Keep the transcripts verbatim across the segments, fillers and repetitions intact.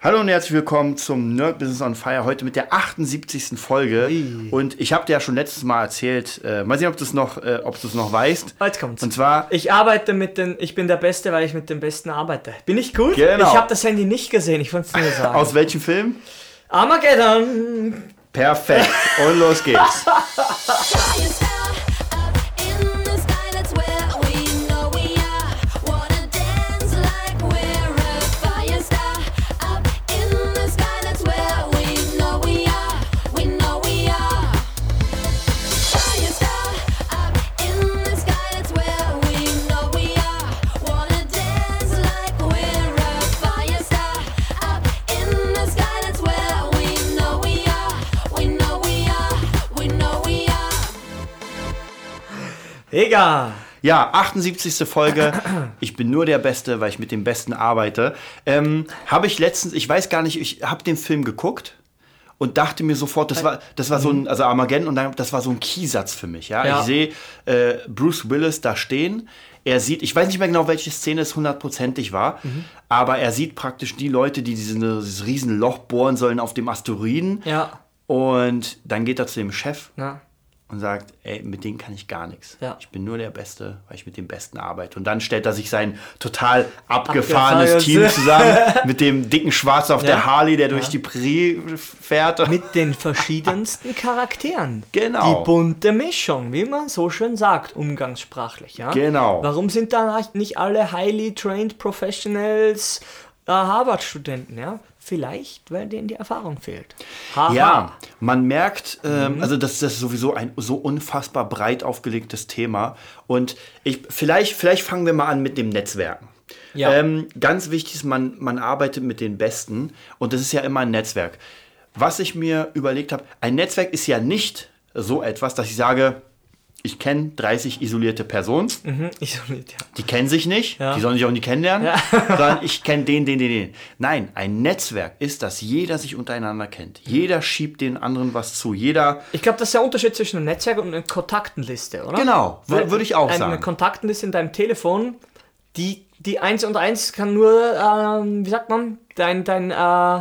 Hallo und herzlich willkommen zum Nerd Business on Fire, heute mit der achtundsiebzigsten Folge. Ui. Und ich habe dir ja schon letztes Mal erzählt, äh, mal sehen, ob du es noch, äh, ob du es noch weißt. Jetzt kommt's. Und zwar, ich arbeite mit den, ich bin der Beste, weil ich mit dem Besten arbeite. Bin ich gut? Genau. Ich habe das Handy nicht gesehen, ich wollte es nur sagen. Aus welchem Film? Armageddon. Perfekt. Und los geht's. Egal. Ja, achtundsiebzigste Folge. Ich bin nur der Beste, weil ich mit dem Besten arbeite. Ähm, habe ich letztens, ich weiß gar nicht, ich habe den Film geguckt und dachte mir sofort, das war, das war so ein, also Armageddon, und dann, das war so ein Keysatz für mich. Ja? Ja. Ich sehe äh, Bruce Willis da stehen. Er sieht, ich weiß nicht mehr genau, welche Szene es hundertprozentig war, mhm. aber er sieht praktisch die Leute, die diese, dieses riesen Loch bohren sollen auf dem Asteroiden. Ja. Und dann geht er zu dem Chef. Ja. Und sagt, ey, mit denen kann ich gar nichts. Ja. Ich bin nur der Beste, weil ich mit dem Besten arbeite. Und dann stellt er sich sein total abgefahrenes Abgefahren. Team zusammen mit dem dicken Schwarz auf ja. der Harley, der durch ja. die Prärie fährt. Mit den verschiedensten Charakteren. Genau. Die bunte Mischung, wie man so schön sagt, umgangssprachlich. Ja? Genau. Warum sind da nicht alle highly trained Professionals äh, Harvard-Studenten, ja? Vielleicht, weil denen die Erfahrung fehlt. Haha. Ja, man merkt, ähm, mhm. also das, das ist sowieso ein so unfassbar breit aufgelegtes Thema. Und ich, vielleicht, vielleicht fangen wir mal an mit dem Netzwerken. Ja. Ähm, ganz wichtig ist, man, man arbeitet mit den Besten. Und das ist ja immer ein Netzwerk. Was ich mir überlegt habe, ein Netzwerk ist ja nicht so etwas, dass ich sage, ich kenne dreißig isolierte Personen, mhm, isoliert, ja. Die kennen sich nicht, ja. die sollen sich auch nicht kennenlernen, ja. sondern ich kenne den, den, den, den. Nein, ein Netzwerk ist, dass jeder sich untereinander kennt. Jeder schiebt den anderen was zu. Jeder. Ich glaube, das ist der Unterschied zwischen einem Netzwerk und einer Kontaktenliste, oder? Genau, würde würd ich auch eine sagen. Eine Kontaktenliste in deinem Telefon, die, die eins und eins kann nur, ähm, wie sagt man, dein, dein äh,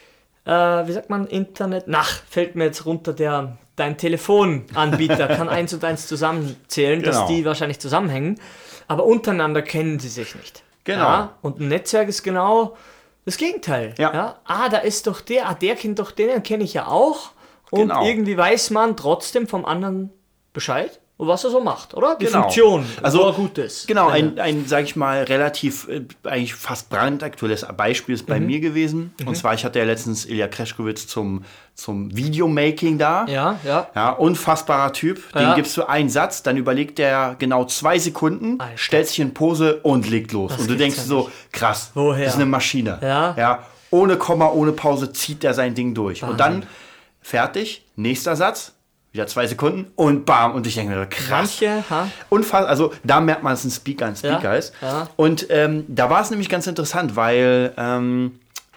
äh, wie sagt man, Internet, nach, fällt mir jetzt runter, der... Dein Telefonanbieter kann eins und eins zusammenzählen, genau. Dass die wahrscheinlich zusammenhängen, aber untereinander kennen sie sich nicht. Genau. Ja? Und ein Netzwerk ist genau das Gegenteil. Ja. Ja? Ah, da ist doch der, ah, der kennt doch den, den kenne ich ja auch. Und genau. irgendwie weiß man trotzdem vom anderen Bescheid, was er so macht, oder? Die genau. Funktion, also wo er gut ist. Genau, ein, ein sage ich mal, relativ, äh, eigentlich fast brandaktuelles Beispiel ist bei mhm. mir gewesen. Mhm. Und zwar, ich hatte ja letztens Ilya Kreschkowitz zum, zum Videomaking da. Ja, ja. Ja, unfassbarer Typ. Den ja. gibst du einen Satz, dann überlegt der genau zwei Sekunden, Alter. Stellt sich in Pose und legt los. Das und du denkst ja so, krass, woher? Das ist eine Maschine. Ja. Ja, ohne Komma, ohne Pause zieht der sein Ding durch. Wahnsinn. Und dann fertig, nächster Satz. Wieder zwei Sekunden und bam. Und ich denke mir, krass. Manche, ha? Unfassbar, also da merkt man, dass ein Speaker ein Speaker ja, ist. Ja. Und ähm, da war es nämlich ganz interessant, weil ähm,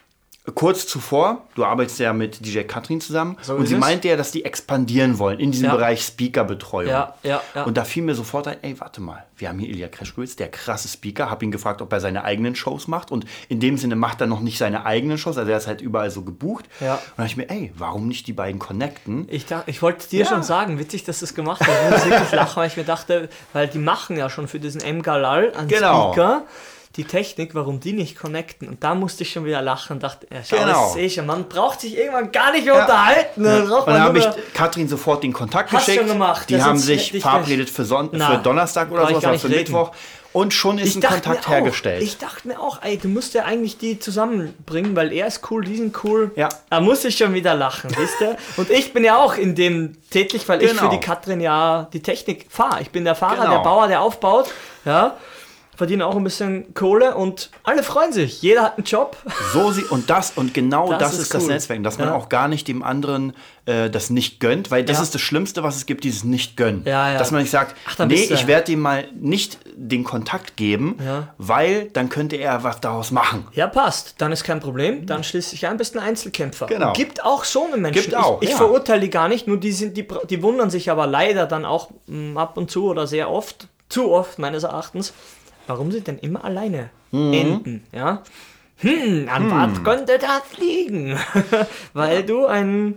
kurz zuvor, du arbeitest ja mit D J Katrin zusammen, so und sie es. meinte ja, dass die expandieren wollen in diesem ja. Bereich Speakerbetreuung. Ja, ja, ja. Und da fiel mir sofort ein, ey, warte mal, wir haben hier Ilya Kreschkowitz, der krasse Speaker, habe ihn gefragt, ob er seine eigenen Shows macht, und in dem Sinne macht er noch nicht seine eigenen Shows, also er ist halt überall so gebucht. Ja. Und da dachte ich mir, ey, warum nicht die beiden connecten? Ich, dachte, ich wollte dir ja. schon sagen, witzig, dass du es gemacht hast. Ich muss wirklich lachen, weil ich mir dachte, weil die machen ja schon für diesen M. Galal an genau. Speaker die Technik, warum die nicht connecten. Und da musste ich schon wieder lachen und dachte, ja, schau, genau. das sehe ich schon, man braucht sich irgendwann gar nicht mehr ja. unterhalten. Ja. Dann und dann habe ich Katrin sofort den Kontakt Hast geschickt. Schon gemacht. Die das haben sich verabredet für, Son- für Donnerstag oder so, oder für reden. Mittwoch. Und schon ist ich ein Kontakt auch, hergestellt. Ich dachte mir auch, ey, du musst ja eigentlich die zusammenbringen, weil er ist cool, die sind cool. Ja. Da muss ich schon wieder lachen, wisst ihr? Und ich bin ja auch in dem tätig, weil genau. ich für die Katrin ja die Technik fahre. Ich bin der Fahrer, genau. der Bauer, der aufbaut. Ja. Verdienen auch ein bisschen Kohle und alle freuen sich. Jeder hat einen Job. So sie und das und genau das, das ist, ist cool. das Netzwerk, dass man ja. auch gar nicht dem anderen äh, das nicht gönnt, weil das ja. ist das Schlimmste, was es gibt, dieses Nicht-Gönnen. Ja, ja. Dass man nicht sagt, Ach, nee, ich werde ihm mal nicht den Kontakt geben, ja. weil dann könnte er was daraus machen. Ja, passt. Dann ist kein Problem. Dann schließt sich ein, bist ein Einzelkämpfer. Genau. Gibt auch so eine Menschen. Gibt auch, ich ich ja. verurteile die gar nicht, nur die, sind, die, die wundern sich aber leider dann auch mh, ab und zu oder sehr oft, zu oft meines Erachtens, warum sie denn immer alleine mhm. enden, ja? hm, an Hm. was könnte das liegen? Weil du ein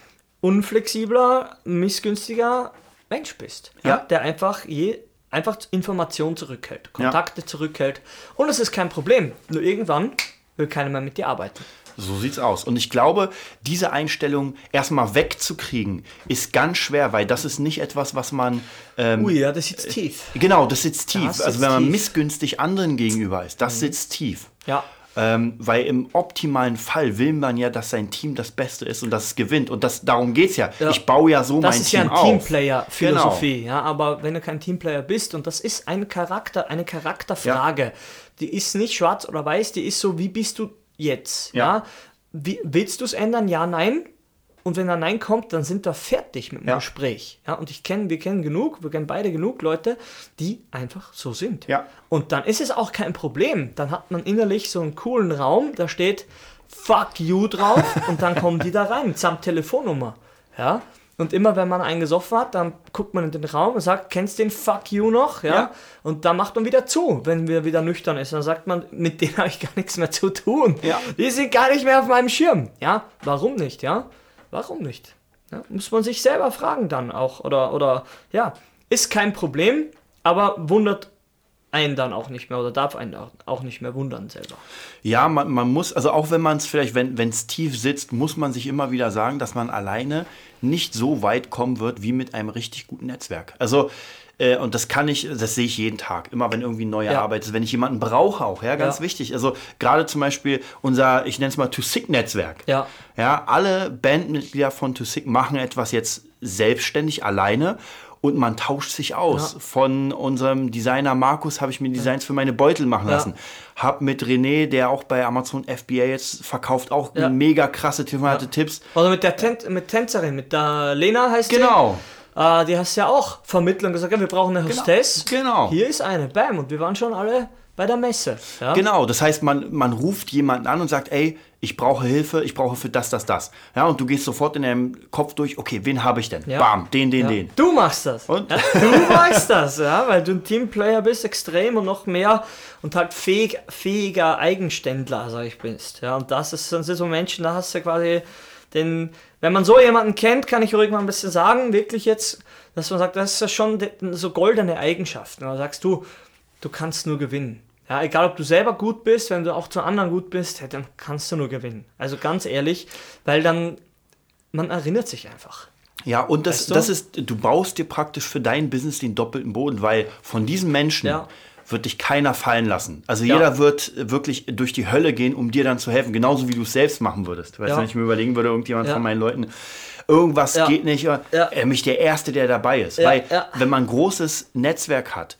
unflexibler, missgünstiger Mensch bist, ja. Ja. der einfach je, einfach Informationen zurückhält, Kontakte ja. zurückhält. Und das ist kein Problem. Nur irgendwann will keiner mehr mit dir arbeiten. So sieht's aus. Und ich glaube, diese Einstellung erstmal wegzukriegen, ist ganz schwer, weil das ist nicht etwas, was man... Ähm, Ui, ja, das sitzt tief. Genau, das sitzt tief. Das also sitzt wenn man tief. missgünstig anderen gegenüber ist, das mhm. sitzt tief. Ja. Ähm, weil im optimalen Fall will man ja, dass sein Team das Beste ist und dass es gewinnt. Und das, darum geht's ja. ja. Ich baue ja so das mein Team Team auf. Das ist ja ein Teamplayer-Philosophie. Genau. Ja, aber wenn du kein Teamplayer bist, und das ist ein Charakter, eine Charakterfrage, ja. die ist nicht schwarz oder weiß, die ist so, wie bist du jetzt? Ja. ja? Wie, willst du es ändern? Ja, nein. Und wenn ein Nein kommt, dann sind wir fertig mit dem ja. Gespräch. Ja, und ich kenne, wir kennen genug, wir kennen beide genug Leute, die einfach so sind. Ja. Und dann ist es auch kein Problem. Dann hat man innerlich so einen coolen Raum, da steht Fuck you drauf und dann kommen die da rein, samt Telefonnummer. Ja. Und immer wenn man einen gesoffen hat, dann guckt man in den Raum und sagt, kennst du den Fuck you noch? Ja. ja. Und dann macht man wieder zu, wenn wir wieder nüchtern ist. Dann sagt man, mit denen habe ich gar nichts mehr zu tun. Ja. Die sind gar nicht mehr auf meinem Schirm. Ja. Warum nicht? Ja. Warum nicht? Ja, muss man sich selber fragen dann auch. Oder, oder ja, ist kein Problem, aber wundert einen dann auch nicht mehr oder darf einen auch nicht mehr wundern selber. Ja, man, man muss, also auch wenn man es vielleicht, wenn es tief sitzt, muss man sich immer wieder sagen, dass man alleine nicht so weit kommen wird wie mit einem richtig guten Netzwerk. Also äh, und das kann ich, das sehe ich jeden Tag, immer wenn irgendwie neue ja. Arbeit ist, wenn ich jemanden brauche auch, ja, ganz ja. wichtig. Also gerade zum Beispiel unser, ich nenne es mal Too Sick Netzwerk. Ja. Ja, alle Bandmitglieder von Too Sick machen etwas jetzt selbstständig alleine. Und man tauscht sich aus. Ja. Von unserem Designer Markus habe ich mir Designs ja. für meine Beutel machen ja. lassen. Hab mit René, der auch bei Amazon F B A jetzt verkauft, auch ja. mega krasse Tipps, hatte ja. Tipps. Oder mit der Ten- mit Tänzerin, mit der Lena heißt genau. die. Genau. Äh, die hast ja auch vermittelt und gesagt, ja, wir brauchen eine Hostess. Genau. genau. Hier ist eine, bam. Und wir waren schon alle bei der Messe. Ja? Genau, das heißt, man, man ruft jemanden an und sagt, ey, ich brauche Hilfe, ich brauche für das, das, das. Ja, und du gehst sofort in deinem Kopf durch, okay, wen habe ich denn? Ja. Bam, den, den, ja. den. Du machst das. Und? Ja, du weißt das, ja, weil du ein Teamplayer bist, extrem und noch mehr und halt fähig, fähiger Eigenständler, sag ich, bist. Ja, und das ist, das sind so Menschen, da hast du quasi den, wenn man so jemanden kennt, kann ich ruhig mal ein bisschen sagen, wirklich jetzt, dass man sagt, das ist ja schon so goldene Eigenschaften. Da sagst du, du kannst nur gewinnen. Ja, egal, ob du selber gut bist, wenn du auch zu anderen gut bist, dann kannst du nur gewinnen. Also ganz ehrlich, weil dann, man erinnert sich einfach. Ja, und das, weißt du? das ist, du baust dir praktisch für dein Business den doppelten Boden, weil von diesen Menschen ja. wird dich keiner fallen lassen. Also ja. jeder wird wirklich durch die Hölle gehen, um dir dann zu helfen, genauso wie du es selbst machen würdest. Weißt ja. du, wenn ich mir überlegen würde, irgendjemand ja. von meinen Leuten, irgendwas ja. geht nicht, ja. äh, mich der Erste, der dabei ist. Ja. Weil, ja. wenn man ein großes Netzwerk hat,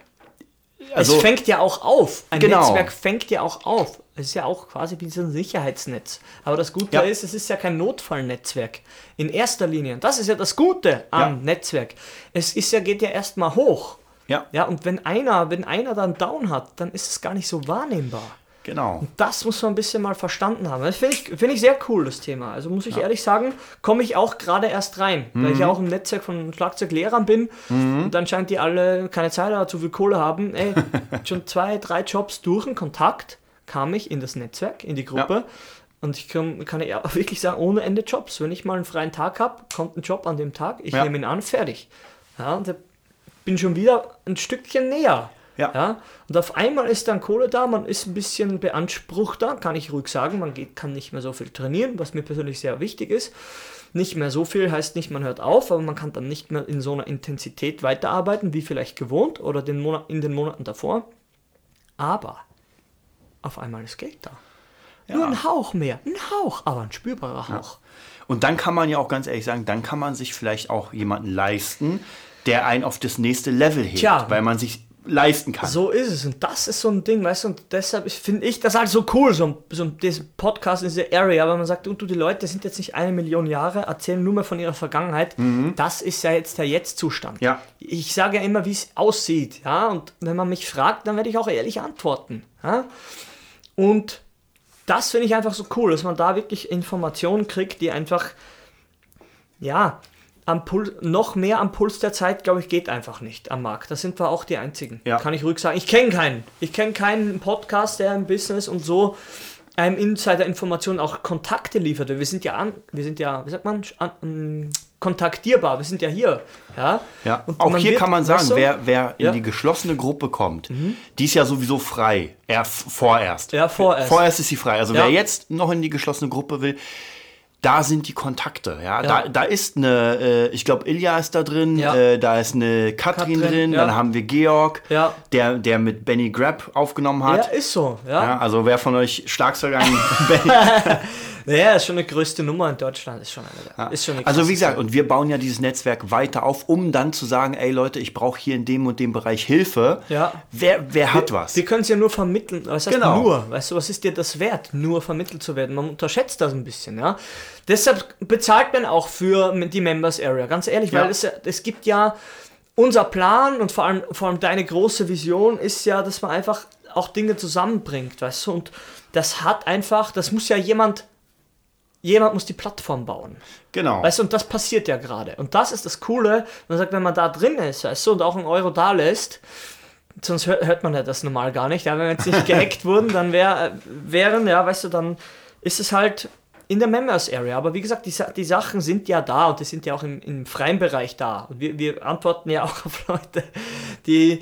also, es fängt ja auch auf. Ein genau. Netzwerk fängt ja auch auf. Es ist ja auch quasi wie so ein Sicherheitsnetz. Aber das Gute ja. ist, es ist ja kein Notfallnetzwerk. In erster Linie. Das ist ja das Gute am ja. Netzwerk. Es ist ja, geht ja erstmal hoch. Ja. Ja, und wenn einer, wenn einer dann down hat, dann ist es gar nicht so wahrnehmbar. Genau. Und das muss man ein bisschen mal verstanden haben. Das finde ich, find ich sehr cool, das Thema. Also muss ich ja. ehrlich sagen, komme ich auch gerade erst rein, mhm. weil ich ja auch im Netzwerk von Schlagzeuglehrern bin mhm. und anscheinend die alle keine Zeit oder zu viel Kohle haben. Ey, schon zwei, drei Jobs durch einen Kontakt kam ich in das Netzwerk, in die Gruppe ja. und ich kann, kann ja wirklich sagen, ohne Ende Jobs. Wenn ich mal einen freien Tag habe, kommt ein Job an dem Tag, ich ja. nehme ihn an, fertig. Ja, und bin schon wieder ein Stückchen näher. Ja. Ja, und auf einmal ist dann Kohle da, man ist ein bisschen beanspruchter, kann ich ruhig sagen, man geht, kann nicht mehr so viel trainieren, was mir persönlich sehr wichtig ist. Nicht mehr so viel heißt nicht, man hört auf, aber man kann dann nicht mehr in so einer Intensität weiterarbeiten, wie vielleicht gewohnt oder den Monat, in den Monaten davor. Aber auf einmal ist Geld da. Ja. Nur ein Hauch mehr, ein Hauch, aber ein spürbarer Hauch. Ja. Und dann kann man ja auch ganz ehrlich sagen, dann kann man sich vielleicht auch jemanden leisten, der einen auf das nächste Level hebt, Tja. weil man sich leisten kann. So ist es. Und das ist so ein Ding, weißt du, und deshalb finde ich das halt so cool, so, so diesen Podcast in dieser Area, weil man sagt, und du, die Leute sind jetzt nicht eine Million Jahre, erzählen nur mehr von ihrer Vergangenheit. Mhm. Das ist ja jetzt der Jetzt-Zustand. Ja. Ich sage ja immer, wie es aussieht, ja, und wenn man mich fragt, dann werde ich auch ehrlich antworten, ja. Und das finde ich einfach so cool, dass man da wirklich Informationen kriegt, die einfach, ja, am Puls, noch mehr am Puls der Zeit, glaube ich, geht einfach nicht am Markt. Da sind wir auch die Einzigen. Ja. Kann ich ruhig sagen. Ich kenne keinen. Ich kenne keinen Podcast, der im Business und so einem Insider-Informationen auch Kontakte liefert. Wir sind ja an, wir sind ja, wie sagt man, an, um, kontaktierbar. Wir sind ja hier. Ja. Ja. Und auch hier wird, kann man sagen, weißt du, wer, wer in ja. die geschlossene Gruppe kommt, mhm. die ist ja sowieso frei. Erst vorerst. Ja, vorerst. Vorerst ist sie frei. Also ja. wer jetzt noch in die geschlossene Gruppe will, da sind die Kontakte, ja. Ja. Da, da ist eine, äh, ich glaube, Ilja ist da drin, Ja. äh, da ist eine Katrin, Katrin, drin, ja. dann haben wir Georg, Ja. der, der mit Benny Grapp aufgenommen hat. Ja, ist so. Ja. Ja, also wer von euch Schlagzeuger an Benny. Naja, ist schon eine größte Nummer in Deutschland. Ist schon eine, Ja. ist schon eine Also wie gesagt, krasse und wir bauen ja dieses Netzwerk weiter auf, um dann zu sagen, ey Leute, ich brauche hier in dem und dem Bereich Hilfe. Ja. Wer, wer hat was? Wir können es ja nur vermitteln. Was heißt Genau. nur? Weißt du, was ist dir das wert, nur vermittelt zu werden? Man unterschätzt das ein bisschen, ja. Deshalb bezahlt man auch für die Members Area, ganz ehrlich, Ja. weil es, es gibt ja, unser Plan und vor allem, vor allem deine große Vision ist ja, dass man einfach auch Dinge zusammenbringt, weißt du, und das hat einfach, das muss ja jemand, jemand muss die Plattform bauen. Genau. Weißt du, und das passiert ja gerade. Und das ist das Coole, man sagt, wenn man da drin ist, weißt du, und auch einen Euro da lässt, sonst hört, hört man ja das normal gar nicht, ja, wenn wir jetzt nicht gehackt wurden, dann wär, wären, ja, weißt du, dann ist es halt in der Members Area. Aber wie gesagt, die, die Sachen sind ja da und die sind ja auch im, im freien Bereich da. Und wir, wir antworten ja auch auf Leute, die,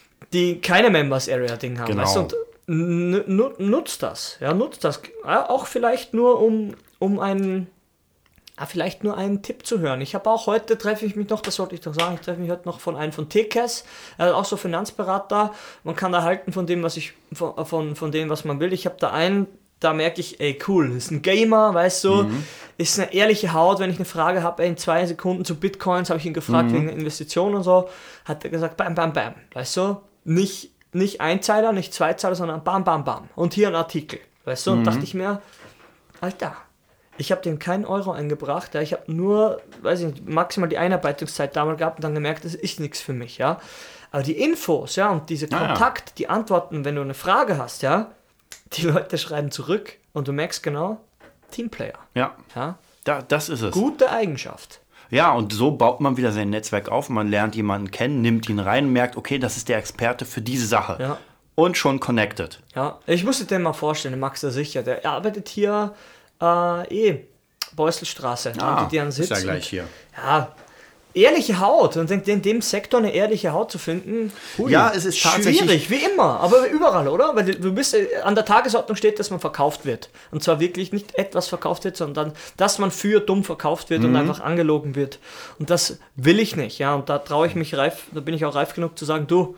die keine Members Area Ding haben. Genau. Weißt du? Und n- n- nutzt das. Ja, nutzt das. Ja, auch vielleicht nur, um, um einen, ja, vielleicht nur einen Tipp zu hören. Ich habe auch heute, treffe ich mich noch, das wollte ich doch sagen, ich treffe mich heute noch von einem von T K S, er ist auch so Finanzberater. Man kann da halten von dem, was ich, von, von, von dem, was man will. Ich habe da einen, da merke ich, ey, cool, ist ein Gamer, weißt du, mhm. ist eine ehrliche Haut, wenn ich eine Frage habe, ey, in zwei Sekunden zu Bitcoins, habe ich ihn gefragt, mhm. wegen Investitionen und so, hat er gesagt, bam, bam, bam, weißt du, nicht, nicht Einzeiler, nicht Zweizeiler, sondern bam, bam, bam, und hier ein Artikel, weißt du, mhm. und dachte ich mir, Alter, ich habe dem keinen Euro eingebracht, ja, ich habe nur, weiß ich nicht, maximal die Einarbeitungszeit damals gehabt und dann gemerkt, das ist nichts für mich, ja, aber die Infos, ja, und diese Kontakt, ah, ja. die Antworten, wenn du eine Frage hast, ja, die Leute schreiben zurück und du merkst genau, Teamplayer. Ja, ja? Da, das ist es. Gute Eigenschaft. Ja, und so baut man wieder sein Netzwerk auf. Man lernt jemanden kennen, nimmt ihn rein und merkt, okay, das ist der Experte für diese Sache. Ja. Und schon connected. Ja, ich muss dir den mal vorstellen, den Max da sicher, der arbeitet hier äh, eh, Beusselstraße. Ah, die ist ja gleich hier. Ja, ehrliche Haut. Und in dem Sektor eine ehrliche Haut zu finden, hui, ja, es ist tatsächlich schwierig, wie immer, aber überall, oder? Weil du bist, an der Tagesordnung steht, dass man verkauft wird. Und zwar wirklich nicht etwas verkauft wird, sondern dass man für dumm verkauft wird mhm. und einfach angelogen wird. Und das will ich nicht, ja. Und da traue ich mich reif, da bin ich auch reif genug zu sagen, du,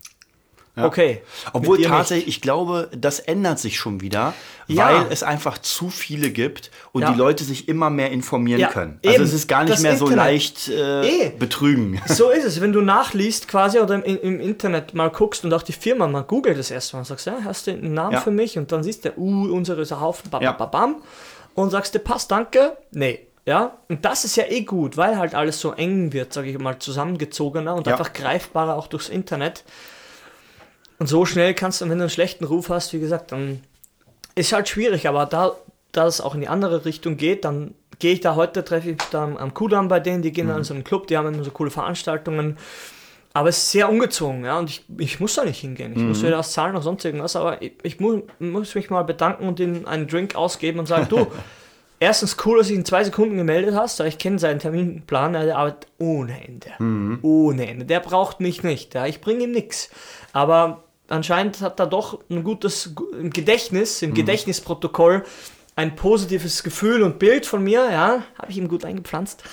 ja. okay. Obwohl tatsächlich, nicht. Ich glaube, das ändert sich schon wieder, ja. weil es einfach zu viele gibt und ja. die Leute sich immer mehr informieren ja, können. Also eben. Es ist gar nicht das mehr Internet. So leicht äh, e. betrügen. So ist es. Wenn du nachliest quasi oder im, im Internet mal guckst und auch die Firma mal googelt das erste Mal und sagst, ja, hast du einen Namen ja. für mich? Und dann siehst du, uh, unsere ist ein Haufen, bam, ja. bam, bam, und sagst dir, passt, danke, nee. Ja, und das ist ja eh gut, weil halt alles so eng wird, sage ich mal, zusammengezogener und ja. einfach greifbarer auch durchs Internet. Und so schnell kannst du, wenn du einen schlechten Ruf hast, wie gesagt, dann ist halt schwierig, aber da, da es auch in die andere Richtung geht, dann gehe ich da heute, treffe ich da am Kudamm bei denen, die gehen mhm. an so einen Club, die haben immer so coole Veranstaltungen, aber es ist sehr ungezogen, ja, und ich, ich muss da nicht hingehen, ich mhm. muss weder was zahlen noch sonst irgendwas, aber ich, ich muss, muss mich mal bedanken und ihnen einen Drink ausgeben und sagen, du, erstens cool, dass du dich in zwei Sekunden gemeldet hast, weil ich kenne seinen Terminplan, der arbeitet ohne Ende, mhm. ohne Ende, der braucht mich nicht, ja, ich bringe ihm nichts, aber anscheinend hat er doch ein gutes im Gedächtnis, im mhm. Gedächtnisprotokoll ein positives Gefühl und Bild von mir, ja, habe ich ihm gut eingepflanzt.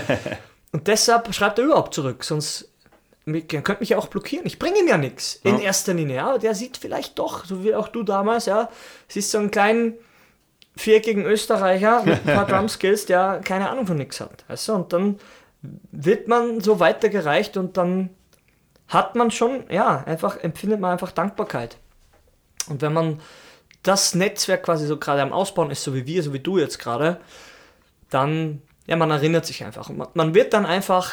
Und deshalb schreibt er überhaupt zurück, sonst er könnte mich ja auch blockieren. Ich bringe ihm ja nichts in ja. erster Linie, ja, aber der sieht vielleicht doch, so wie auch du damals, ja, siehst so einen kleinen viereckigen Österreicher mit ein paar Drumskills, der keine Ahnung von nichts hat, weißt du, und dann wird man so weitergereicht und dann hat man schon, ja, einfach, empfindet man einfach Dankbarkeit. Und wenn man das Netzwerk quasi so gerade am Ausbauen ist, so wie wir, so wie du jetzt gerade, dann, ja, man erinnert sich einfach. Man, man wird dann einfach,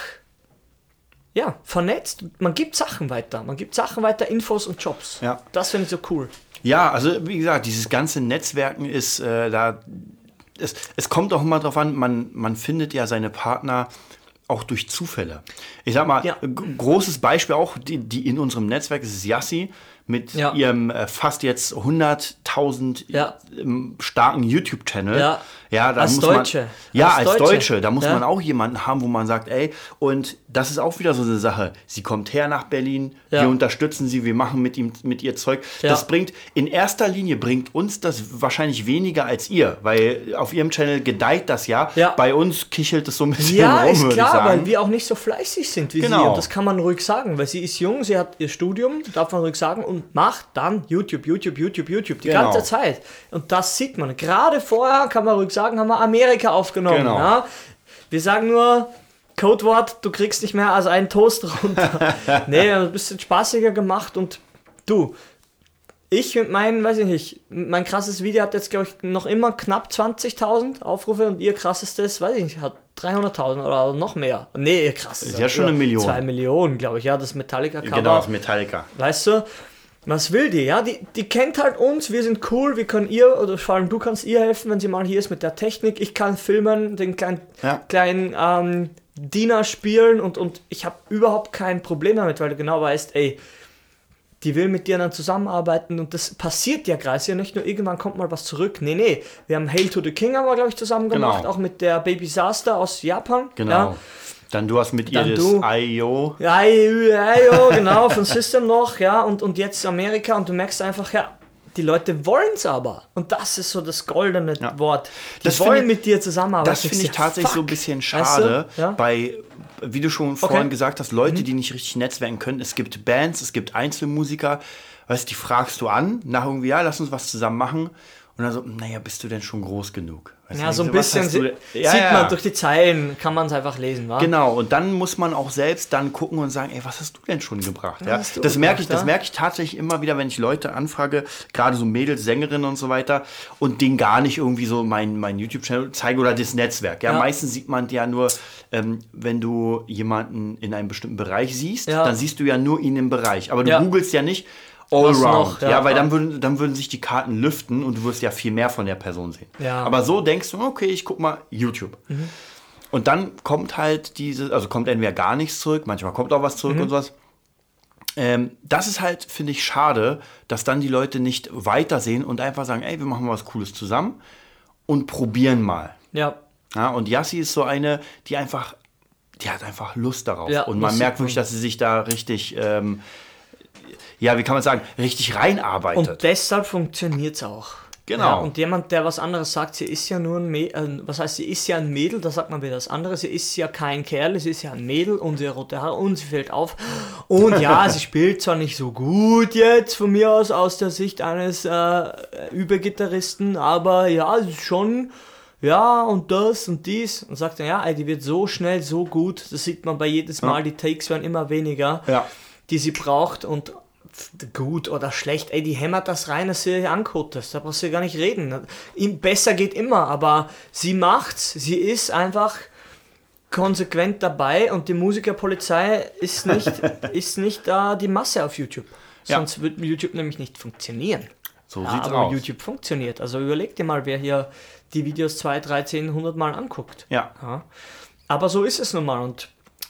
ja, vernetzt. Man gibt Sachen weiter. Man gibt Sachen weiter, Infos und Jobs. Ja. Das finde ich so cool. Ja, also wie gesagt, dieses ganze Netzwerken ist äh, da, es, es kommt auch immer drauf an, man, man findet ja seine Partner auch durch Zufälle. Ich sag mal, Ja. g- großes Beispiel auch, die, die in unserem Netzwerk ist Yassi mit Ja. ihrem äh, fast jetzt hunderttausend Ja. ähm, starken YouTube-Channel. Ja. Ja, da Als muss man, Deutsche. Ja, Als als Deutsche. Deutsche. Da muss Ja. man auch jemanden haben, wo man sagt, ey, und das ist auch wieder so eine Sache. Sie kommt her nach Berlin, Ja. wir unterstützen sie, wir machen mit ihm mit ihr Zeug. Ja. Das bringt, in erster Linie bringt uns das wahrscheinlich weniger als ihr, weil auf ihrem Channel gedeiht das ja. Ja. Bei uns kichelt es so ein bisschen Ja, rum, ist würde ich klar, sagen. weil wir auch nicht so fleißig sind wie Genau. sie. Und das kann man ruhig sagen, weil sie ist jung, sie hat ihr Studium, darf man ruhig sagen, und macht dann YouTube, YouTube, YouTube, YouTube, die Genau. ganze Zeit. Und das sieht man. Gerade vorher, kann man ruhig sagen, haben wir Amerika aufgenommen. Genau. Ja? Wir sagen nur, Codewort, du kriegst nicht mehr als einen Toast runter. Nee, ein bisschen spaßiger gemacht und du, ich mit meinen, weiß ich nicht, mein krasses Video hat jetzt, glaube ich, noch immer knapp zwanzigtausend Aufrufe und ihr krassestes, weiß ich nicht, hat dreihunderttausend oder noch mehr. Nee, ihr krasses. Ist ja schon eine Million. Zwei Millionen, glaube ich, ja, das Metallica-Cover. Genau, aus Metallica. Weißt du, was will die, ja? Die, die kennt halt uns, wir sind cool, wir können ihr, oder vor allem du kannst ihr helfen, wenn sie mal hier ist mit der Technik. Ich kann filmen, den kleinen, Ja. kleinen ähm, Diener spielen und, und ich habe überhaupt kein Problem damit, weil du genau weißt, ey, die will mit dir dann zusammenarbeiten und das passiert ja gerade, ja nicht nur irgendwann kommt mal was zurück, nee, nee, wir haben Hail to the King haben wir, glaube ich, zusammen gemacht, Genau. auch mit der Baby Disaster aus Japan. Genau. Ja. Dann du hast mit ihr Dann das du. I O. Ja, ja, ja, genau, von System noch, ja, und, und jetzt Amerika und du merkst einfach, ja, die Leute wollen es aber. Und das ist so das goldene Ja. Wort. Die Das wollen find ich- mit dir zusammenarbeiten. Das finde ich Ja, tatsächlich so ein fuck. bisschen Weißt schade, du? Ja? bei, wie du schon vorhin Okay. gesagt hast, Leute, die nicht richtig netzwerken können. Es gibt Bands, es gibt Einzelmusiker, weißt, die fragst du an, nach irgendwie, ja, lass uns was zusammen machen. Und dann so, naja, bist du denn schon groß genug? Weißt Ja, du, so ein was bisschen hast du sie- denn- ja, sieht ja. man durch die Zeilen, kann man es einfach lesen, wa? Genau, und dann muss man auch selbst dann gucken und sagen, ey, was hast du denn schon gebracht? Ja, hast du das merke ich, gebracht, das ja? merke ich tatsächlich immer wieder, wenn ich Leute anfrage, gerade so Mädels, Sängerinnen und so weiter, und denen gar nicht irgendwie so mein, mein YouTube-Channel zeige oder das Netzwerk. Ja, Ja. meistens sieht man ja nur, ähm, wenn du jemanden in einem bestimmten Bereich siehst, Ja. dann siehst du ja nur ihn im Bereich. Aber du Ja. googelst ja nicht Was Allround. noch? Ja, Ja, weil ja. dann würden, dann würden sich die Karten lüften und du wirst ja viel mehr von der Person sehen. Ja. Aber so denkst du, okay, ich guck mal YouTube. Und dann kommt halt diese, also kommt entweder gar nichts zurück, manchmal kommt auch was zurück und sowas. Ähm, das ist halt, finde ich, schade, dass dann die Leute nicht weitersehen und einfach sagen, ey, wir machen mal was Cooles zusammen und probieren mal. Ja. Ja, und Yassi ist so eine, die einfach, die hat einfach Lust darauf. Ja, und das man merkt sieht man. wirklich, dass sie sich da richtig, ähm, ja, wie kann man sagen, richtig reinarbeitet. Und deshalb funktioniert es auch. Genau. Ja, und jemand, der was anderes sagt, sie ist ja nur ein Mädel, äh, was heißt, sie ist ja ein Mädel, da sagt man wieder das andere, sie ist ja kein Kerl, sie ist ja ein Mädel und sie hat rote Haare und sie fällt auf. Und ja, sie spielt zwar nicht so gut jetzt von mir aus, aus der Sicht eines äh, Übergitarristen, aber ja, sie ist schon, ja, und das und dies. Und sagt dann, ja, ey, die wird so schnell, so gut, das sieht man bei jedes Mal, die Takes werden immer weniger, Ja. die sie braucht und gut oder schlecht, ey, die hämmert das rein, dass sie anguckt. Da brauchst du gar nicht reden. Ihm besser geht immer, aber sie macht's. Sie ist einfach konsequent dabei und die Musikerpolizei ist nicht, ist nicht da die Masse auf YouTube. Ja. Sonst wird YouTube nämlich nicht funktionieren. So Ja, sieht's aber aus. YouTube funktioniert. Also überleg dir mal, wer hier die Videos zwei, drei, zehn, hundert Mal anguckt. Ja. Ja. Aber so ist es nun mal. Und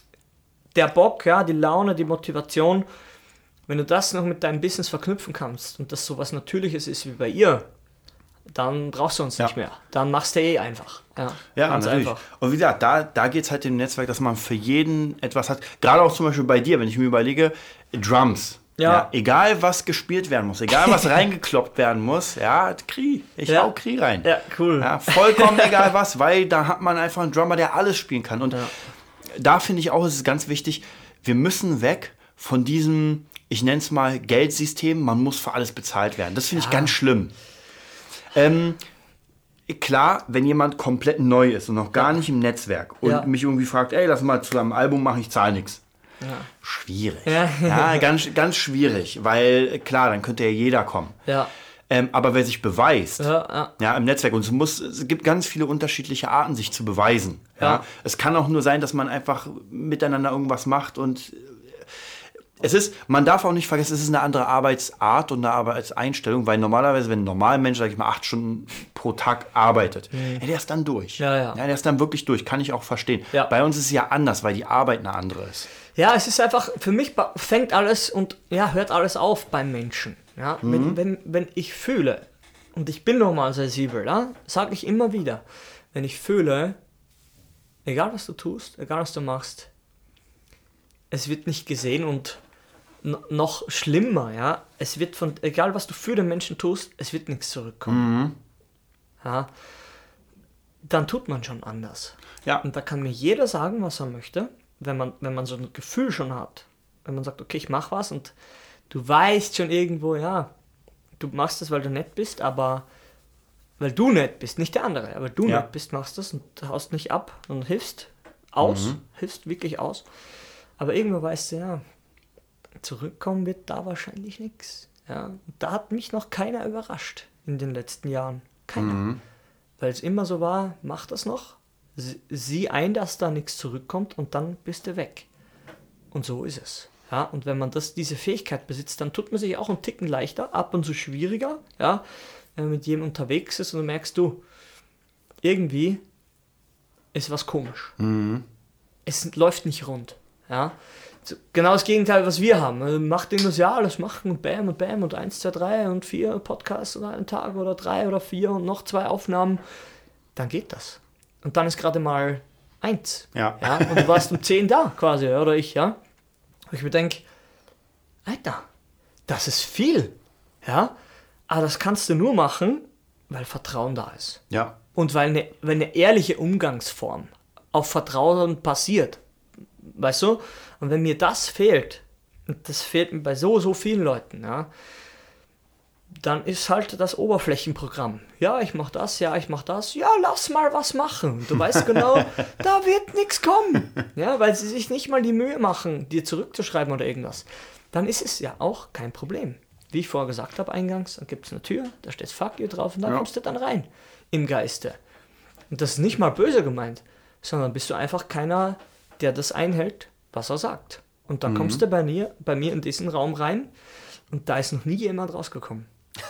der Bock, ja, die Laune, die Motivation, wenn du das noch mit deinem Business verknüpfen kannst und das so was Natürliches ist wie bei ihr, dann brauchst du uns Ja. nicht mehr. Dann machst du eh einfach. Ja, Ja, ganz natürlich. einfach. Und wie gesagt, da, da geht es halt im Netzwerk, dass man für jeden etwas hat. Gerade auch zum Beispiel bei dir, wenn ich mir überlege, Drums. Ja. Egal, was gespielt werden muss, egal, was reingekloppt werden muss, ja, Kri. Ich Ja. hau Kri rein. Ja, cool. Ja, vollkommen egal was, weil da hat man einfach einen Drummer, der alles spielen kann. Und da finde ich auch, es ist ganz wichtig, wir müssen weg von diesem, ich nenne es mal, Geldsystem, man muss für alles bezahlt werden. Das finde ich Ja. ganz schlimm. Ähm, klar, wenn jemand komplett neu ist und noch gar Ja. nicht im Netzwerk und Ja. mich irgendwie fragt, ey, lass mal zusammen ein Album machen, ich zahle nichts. Ja. Schwierig. Ja. Ja, ganz, ganz schwierig, weil klar, dann könnte ja jeder kommen. Ja. Ähm, aber wer sich beweist, Ja, ja. ja, im Netzwerk, und es, muss, es gibt ganz viele unterschiedliche Arten, sich zu beweisen. Ja. Ja. Es kann auch nur sein, dass man einfach miteinander irgendwas macht und Es ist, man darf auch nicht vergessen, es ist eine andere Arbeitsart und eine Arbeitseinstellung, weil normalerweise, wenn ein normaler Mensch, sag ich mal, acht Stunden pro Tag arbeitet, mhm. ja, der ist dann durch. Ja, ja. Ja, der ist dann wirklich durch, kann ich auch verstehen. Ja. Bei uns ist es ja anders, weil die Arbeit eine andere ist. Ja, es ist einfach, für mich fängt alles und ja, hört alles auf beim Menschen. Ja? Mhm. Wenn, wenn, wenn ich fühle, und ich bin normal sensibel, ja, sage ich immer wieder, wenn ich fühle, egal was du tust, egal was du machst, es wird nicht gesehen und n- noch schlimmer, ja, es wird von, egal was du für den Menschen tust, es wird nichts zurückkommen. Mhm. Ja, dann tut man schon anders. Ja. Und da kann mir jeder sagen, was er möchte, wenn man, wenn man so ein Gefühl schon hat. Wenn man sagt, okay, ich mach was und du weißt schon irgendwo, ja, du machst das, weil du nett bist, aber weil du nett bist, nicht der andere, aber du ja. nett bist, machst das und haust nicht ab und hilfst aus, mhm. hilfst wirklich aus. Aber irgendwo weißt du, ja, zurückkommen wird da wahrscheinlich nichts. Ja, und da hat mich noch keiner überrascht in den letzten Jahren. Keiner. Mhm. Weil es immer so war, mach das noch, sieh ein, dass da nichts zurückkommt und dann bist du weg. Und so ist es. Ja, und wenn man das, diese Fähigkeit besitzt, dann tut man sich auch einen Ticken leichter, ab und zu schwieriger, ja, wenn man mit jemandem unterwegs ist und du merkst, du, irgendwie ist was komisch. Mhm. Es läuft nicht rund. Ja. Genau das Gegenteil, was wir haben. Man macht irgendwas, ja, alles machen und bam und bam und eins, zwei, drei und vier Podcasts oder einen Tag oder drei oder vier und noch zwei Aufnahmen. Dann geht das. Und dann ist gerade mal eins. Ja. Ja. Und du warst um zehn da quasi, oder ich, ja. Und ich mir denke, Alter, das ist viel. Ja. Aber das kannst du nur machen, weil Vertrauen da ist. Ja. Und weil eine, weil eine ehrliche Umgangsform auf Vertrauen basiert. Weißt du? Und wenn mir das fehlt, und das fehlt mir bei so, so vielen Leuten, ja, dann ist halt das Oberflächenprogramm. Ja, ich mach das, ja, ich mach das. Ja, lass mal was machen. Du weißt genau, da wird nichts kommen. Ja, weil sie sich nicht mal die Mühe machen, dir zurückzuschreiben oder irgendwas. Dann ist es ja auch kein Problem. Wie ich vorher gesagt habe eingangs, dann gibt es eine Tür, da steht Fuck you drauf und da ja. kommst du dann rein. Im Geiste. Und das ist nicht mal böse gemeint, sondern bist du einfach keiner, der das einhält, was er sagt. Und dann mhm. kommst du bei mir, bei mir in diesen Raum rein und da ist noch nie jemand rausgekommen.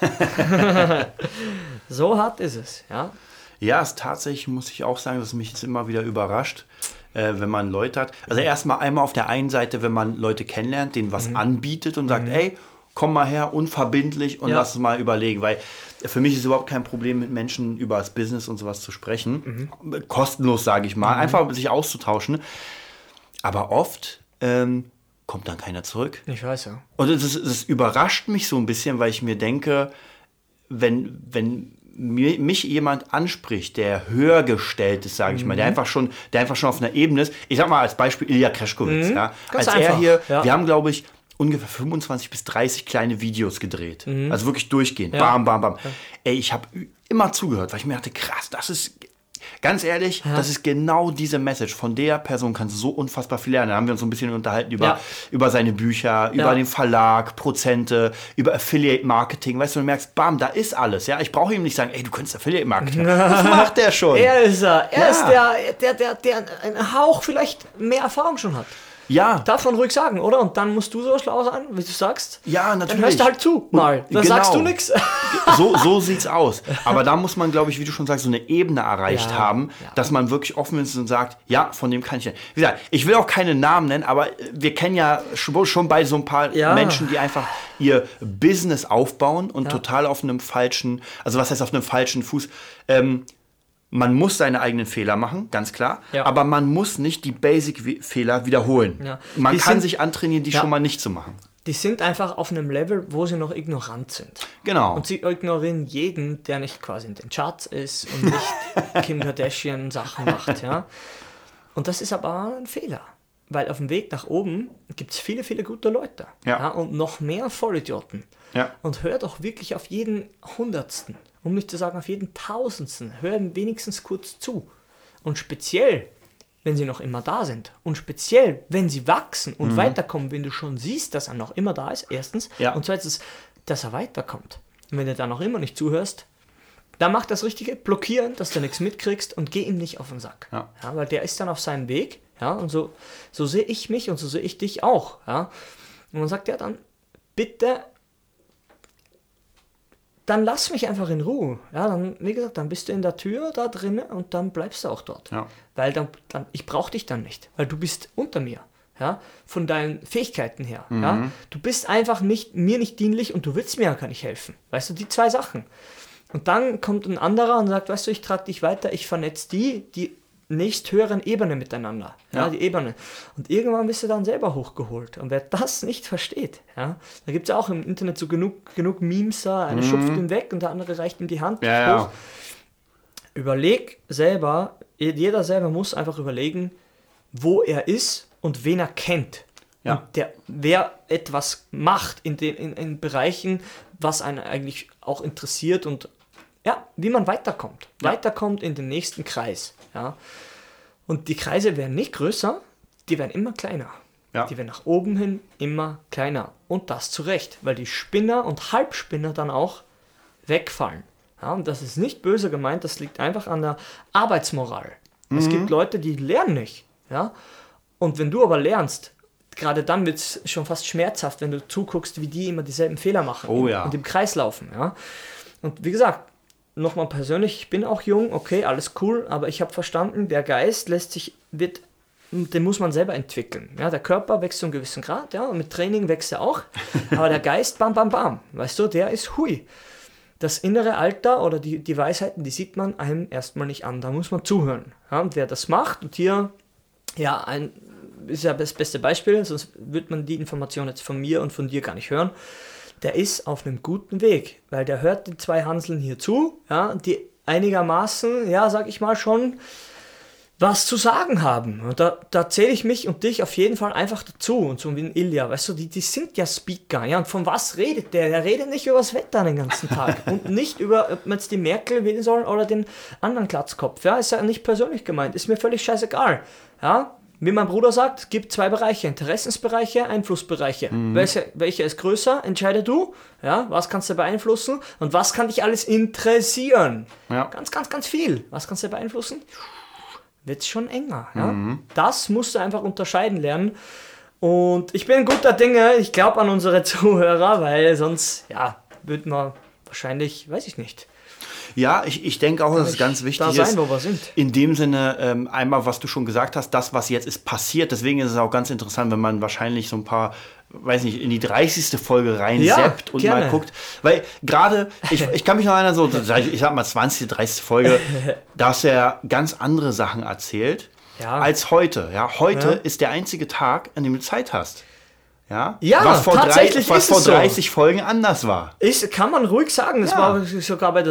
So hart ist es, ja. Ja, es tatsächlich, muss ich auch sagen, dass mich jetzt immer wieder überrascht, äh, wenn man Leute hat. Also erstmal einmal auf der einen Seite, wenn man Leute kennenlernt, denen was mhm. anbietet und sagt, mhm. ey, komm mal her, unverbindlich und ja. lass uns mal überlegen, weil für mich ist es überhaupt kein Problem, mit Menschen über das Business und sowas zu sprechen. Mhm. Kostenlos, sage ich mal, mhm. einfach sich auszutauschen. Aber oft ähm, kommt dann keiner zurück. Ich weiß, ja. Und das, das überrascht mich so ein bisschen, weil ich mir denke, wenn, wenn mir, mich jemand anspricht, der höher gestellt ist, sage ich mhm. mal, der einfach schon, der einfach schon auf einer Ebene ist. Ich sag mal als Beispiel Ilja Kreschkowitz. Mhm. Ja, als einfach. er hier, ja. wir haben, glaube ich, ungefähr fünfundzwanzig bis dreißig kleine Videos gedreht. Mhm. Also wirklich durchgehend. Ja. Bam, bam, bam. Ja. Ey, ich habe immer zugehört, weil ich mir dachte, krass, das ist, ganz ehrlich, ja. das ist genau diese Message. Von der Person kannst du so unfassbar viel lernen. Da haben wir uns so ein bisschen unterhalten über, ja. über seine Bücher, über ja. den Verlag, Prozente, über Affiliate-Marketing. Weißt du, du merkst, bam, da ist alles. Ja, ich brauche ihm nicht sagen, ey, du könntest Affiliate-Marketing. Das macht der schon. Er ist er. Er ja. ist der, der, der, der einen Hauch vielleicht mehr Erfahrung schon hat. Ja. Darf man ruhig sagen, oder? Und dann musst du so schlau sein, wie du sagst. Ja, natürlich. Dann hörst du halt zu, mal. Dann genau. sagst du nichts. So, so sieht's aus. Aber da muss man, glaube ich, wie du schon sagst, so eine Ebene erreicht ja, haben, ja. dass man wirklich offen ist und sagt, ja, von dem kann ich. Wie gesagt, ich will auch keine Namen nennen, aber wir kennen ja schon bei so ein paar ja. Menschen, die einfach ihr Business aufbauen und ja. total auf einem falschen, also was heißt auf einem falschen Fuß, ähm, man muss seine eigenen Fehler machen, ganz klar, ja. aber man muss nicht die Basic-Fehler wiederholen. Ja. Man die kann sind, sich antrainieren, die ja. schon mal nicht zu machen. Die sind einfach auf einem Level, wo sie noch ignorant sind. Genau. Und sie ignorieren jeden, der nicht quasi in den Charts ist und nicht Kim Kardashian Sachen macht. Ja? Und das ist aber ein Fehler, weil auf dem Weg nach oben gibt es viele, viele gute Leute. Ja. Ja? Und noch mehr Vollidioten. Ja. Und hör doch wirklich auf jeden Hundertsten. Um nicht zu sagen auf jeden Tausendsten, hören wenigstens kurz zu. Und speziell, wenn sie noch immer da sind. Und speziell, wenn sie wachsen und mhm. weiterkommen, wenn du schon siehst, dass er noch immer da ist, erstens. Ja. Und zweitens, dass er weiterkommt. Und wenn du da noch immer nicht zuhörst, dann mach das Richtige, blockieren, dass du nichts mitkriegst und geh ihm nicht auf den Sack. Ja. Ja, weil der ist dann auf seinem Weg. Ja, und so, so sehe ich mich und so sehe ich dich auch. Ja. Und man sagt, ja, dann bitte, dann lass mich einfach in Ruhe. Ja, dann, wie gesagt, dann bist du in der Tür da drinnen und dann bleibst du auch dort. Ja. Weil dann, dann ich brauche dich dann nicht, weil du bist unter mir. Ja, von deinen Fähigkeiten her. Mhm. Ja, du bist einfach nicht, mir nicht dienlich und du willst mir ja gar nicht helfen. Weißt du, die zwei Sachen. Und dann kommt ein anderer und sagt, weißt du, ich trage dich weiter, ich vernetze die, die nächsthöheren Ebenen miteinander. Ja, ja, die Ebene. Und irgendwann bist du dann selber hochgeholt. Und wer das nicht versteht, ja, da gibt es ja auch im Internet so genug, genug Memes, da, einer mhm. schupft ihn weg und der andere reicht ihm die Hand ja, hoch. Ja. Überleg selber, jeder selber muss einfach überlegen, wo er ist und wen er kennt. Ja. Und der, wer etwas macht in den in, in Bereichen, was einen eigentlich auch interessiert und ja, wie man weiterkommt. Ja. Weiterkommt in den nächsten Kreis. Ja. Und die Kreise werden nicht größer, die werden immer kleiner. Ja. Die werden nach oben hin immer kleiner. Und das zu Recht, weil die Spinner und Halbspinner dann auch wegfallen. Ja, und das ist nicht böse gemeint, das liegt einfach an der Arbeitsmoral. Mhm. Es gibt Leute, die lernen nicht. Ja. Und wenn du aber lernst, gerade dann wird es schon fast schmerzhaft, wenn du zuguckst, wie die immer dieselben Fehler machen oh, ja. und im Kreis laufen. Ja. Und wie gesagt, nochmal persönlich, ich bin auch jung, okay, alles cool, aber ich habe verstanden, der Geist lässt sich, wird, den muss man selber entwickeln. Ja, der Körper wächst zu einem gewissen Grad, ja, und mit Training wächst er auch, aber der Geist, bam, bam, bam, weißt du, der ist hui. Das innere Alter oder die, die Weisheiten, die sieht man einem erstmal nicht an, da muss man zuhören. Ja, und wer das macht, und hier, ja, ein, ist ja das beste Beispiel, sonst wird man die Information jetzt von mir und von dir gar nicht hören, der ist auf einem guten Weg, weil der hört die zwei Hanseln hier zu, ja, die einigermaßen, ja, sag ich mal schon, was zu sagen haben. Und da, da zähle ich mich und dich auf jeden Fall einfach dazu. Und so wie ein Ilja, weißt du, die, die sind ja Speaker, ja, und von was redet der? Der redet nicht über das Wetter den ganzen Tag und nicht über, ob man jetzt die Merkel wählen soll oder den anderen Glatzkopf, ja, ist ja nicht persönlich gemeint, ist mir völlig scheißegal, ja. Wie mein Bruder sagt, gibt zwei Bereiche, Interessensbereiche, Einflussbereiche. Mhm. Welche, welcher ist größer, entscheide du. Ja, was kannst du beeinflussen und was kann dich alles interessieren? Ja. Ganz, ganz, ganz viel. Was kannst du beeinflussen? Wird es schon enger. Ja? Mhm. Das musst du einfach unterscheiden lernen. Und ich bin guter Dinge, ich glaube an unsere Zuhörer, weil sonst, ja, würden wir wahrscheinlich, weiß ich nicht. Ja, ich, ich denke auch, dass es ganz wichtig da sein, ist, wo wir sind. In dem Sinne, ähm, einmal, was du schon gesagt hast, das, was jetzt ist, passiert. Deswegen ist es auch ganz interessant, wenn man wahrscheinlich so ein paar, weiß nicht, in die dreißigste Folge reinseppt ja, und gerne. mal guckt. Weil gerade, ich, ich kann mich noch erinnern, so, ich sag mal zwanzigste, dreißigste Folge, da hast du ja ganz andere Sachen erzählt ja. als heute. Ja, heute ja. ist der einzige Tag, an dem du Zeit hast. Ja, ja was vor, tatsächlich drei, was ist vor es so. dreißig Folgen anders war. Ist, kann man ruhig sagen. Das ja. war sogar bei der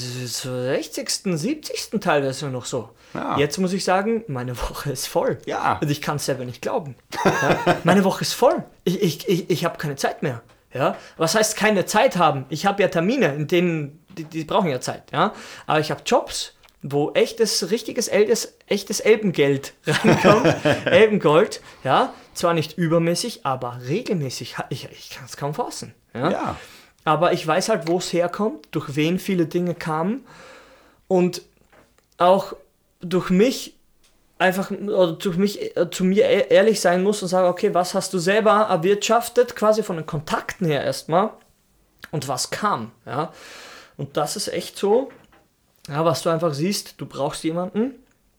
sechzigsten, siebzigsten teilweise noch so. Ja. Jetzt muss ich sagen, meine Woche ist voll. Ja. Und ich kann es selber nicht glauben. Ja. Meine Woche ist voll. Ich, ich, ich, ich habe keine Zeit mehr. Ja. Was heißt keine Zeit haben? Ich habe ja Termine, in denen, die, die brauchen ja Zeit. Ja. Aber ich habe Jobs, wo echtes, richtiges, echtes, echtes Elbengeld reinkommt. Elbengold, ja. Zwar nicht übermäßig, aber regelmäßig. Ich, ich kann es kaum fassen. Ja? Ja. Aber ich weiß halt, wo es herkommt, durch wen viele Dinge kamen und auch durch mich einfach, oder durch mich äh, zu mir ehrlich sein muss und sagen, okay, was hast du selber erwirtschaftet, quasi von den Kontakten her erstmal und was kam. Ja? Und das ist echt so, ja, was du einfach siehst, du brauchst jemanden,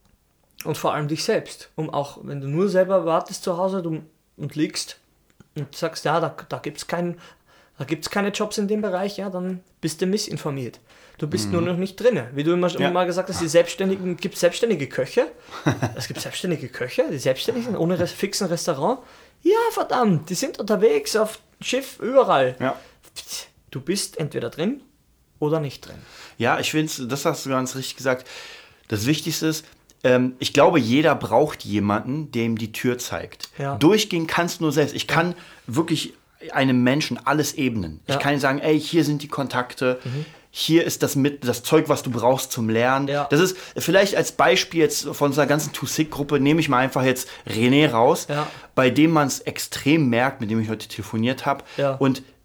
und vor allem dich selbst, um auch, wenn du nur selber wartest zu Hause du, und liegst und sagst, ja, da, da gibt es kein, keine Jobs in dem Bereich, ja, dann bist du missinformiert. Du bist mhm. nur noch nicht drin. Wie du immer, ja. immer gesagt hast, die Selbstständigen, gibt es selbstständige Köche? Es gibt selbstständige Köche, die Selbstständigen ohne res- fixen Restaurant. Ja, verdammt, die sind unterwegs auf Schiff, überall. Ja. Du bist entweder drin oder nicht drin. Ja, ich finde, das hast du ganz richtig gesagt. Das Wichtigste ist, ich glaube, jeder braucht jemanden, der ihm die Tür zeigt. Ja. Durchgehen kannst du nur selbst. Ich kann wirklich einem Menschen alles ebnen. Ja. Ich kann ihm sagen, ey, hier sind die Kontakte, mhm. hier ist das mit das Zeug, was du brauchst zum Lernen. Ja. Das ist vielleicht als Beispiel jetzt von unserer ganzen Two-Sick-Gruppe, nehme ich mal einfach jetzt René raus, ja. bei dem man es extrem merkt, mit dem ich heute telefoniert habe. Ja. Und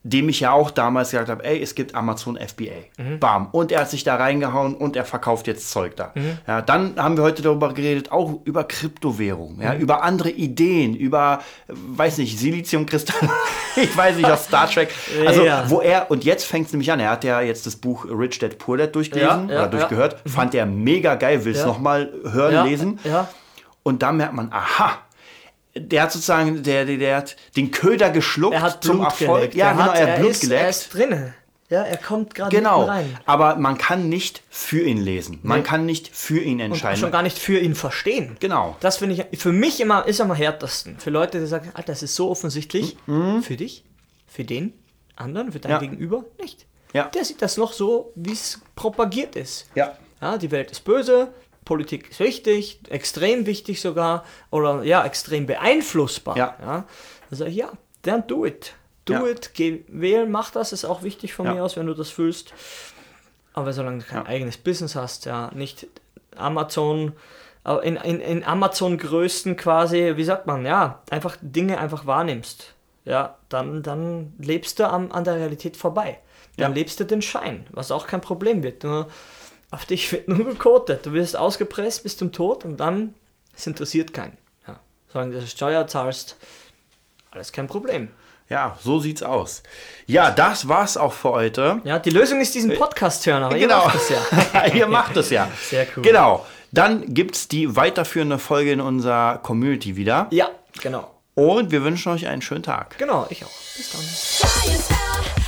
dem ich ja auch damals gesagt habe, ey, es gibt Amazon F B A. Mhm. Bam. Und er hat sich da reingehauen und er verkauft jetzt Zeug da. Mhm. Ja, dann haben wir heute darüber geredet, auch über Kryptowährung, ja, mhm. über andere Ideen, über, weiß nicht, Siliziumkristalle, ich weiß nicht, aus Star Trek. Also, ja. wo er, und jetzt fängt es nämlich an, er hat ja jetzt das Buch Rich Dad Poor Dad durchgelesen ja, ja, oder durchgehört, ja. fand er mega geil, will es ja. nochmal hören, ja. lesen. Ja. Und da merkt man, aha, der hat sozusagen, der, der, der hat den Köder geschluckt er hat zum Blut Erfolg. Geleckt. Ja, er genau, hat, er hat er Blut ist, geleckt. Er ist drin. Ja, er kommt gerade genau. rein. Aber man kann nicht für ihn lesen. Man nee. kann nicht für ihn entscheiden. Und schon gar nicht für ihn verstehen. Genau. Das finde ich, für mich immer, ist am härtesten. Für Leute, die sagen, Alter, das ist so offensichtlich. Mhm. Für dich, für den anderen, für dein ja. Gegenüber nicht. Ja. Der sieht das noch so, wie es propagiert ist. Ja. Ja, die Welt ist böse. Politik ist wichtig, extrem wichtig sogar, oder ja, extrem beeinflussbar. Ja. Ja. Also ja, dann do it. Do ja. it, geh wählen, mach das, ist auch wichtig von ja. mir aus, wenn du das fühlst. Aber solange du kein ja. eigenes Business hast, ja, nicht Amazon, in, in, in Amazon-Größen quasi, wie sagt man, ja, einfach Dinge einfach wahrnimmst, ja, dann, dann lebst du am, an der Realität vorbei. Dann ja. lebst du den Schein, was auch kein Problem wird. Nur auf dich wird nur gekotet. Du wirst ausgepresst bis zum Tod und dann, es interessiert keinen. Ja. Solange du Steuer zahlst, alles kein Problem. Ja, so sieht's aus. Ja, das war's auch für heute. Ja, die Lösung ist diesen Podcast hören, aber genau. ihr macht es ja. Ihr macht es ja. Sehr cool. Genau. Dann gibt's die weiterführende Folge in unserer Community wieder. Ja, genau. Und wir wünschen euch einen schönen Tag. Genau, ich auch. Bis dann.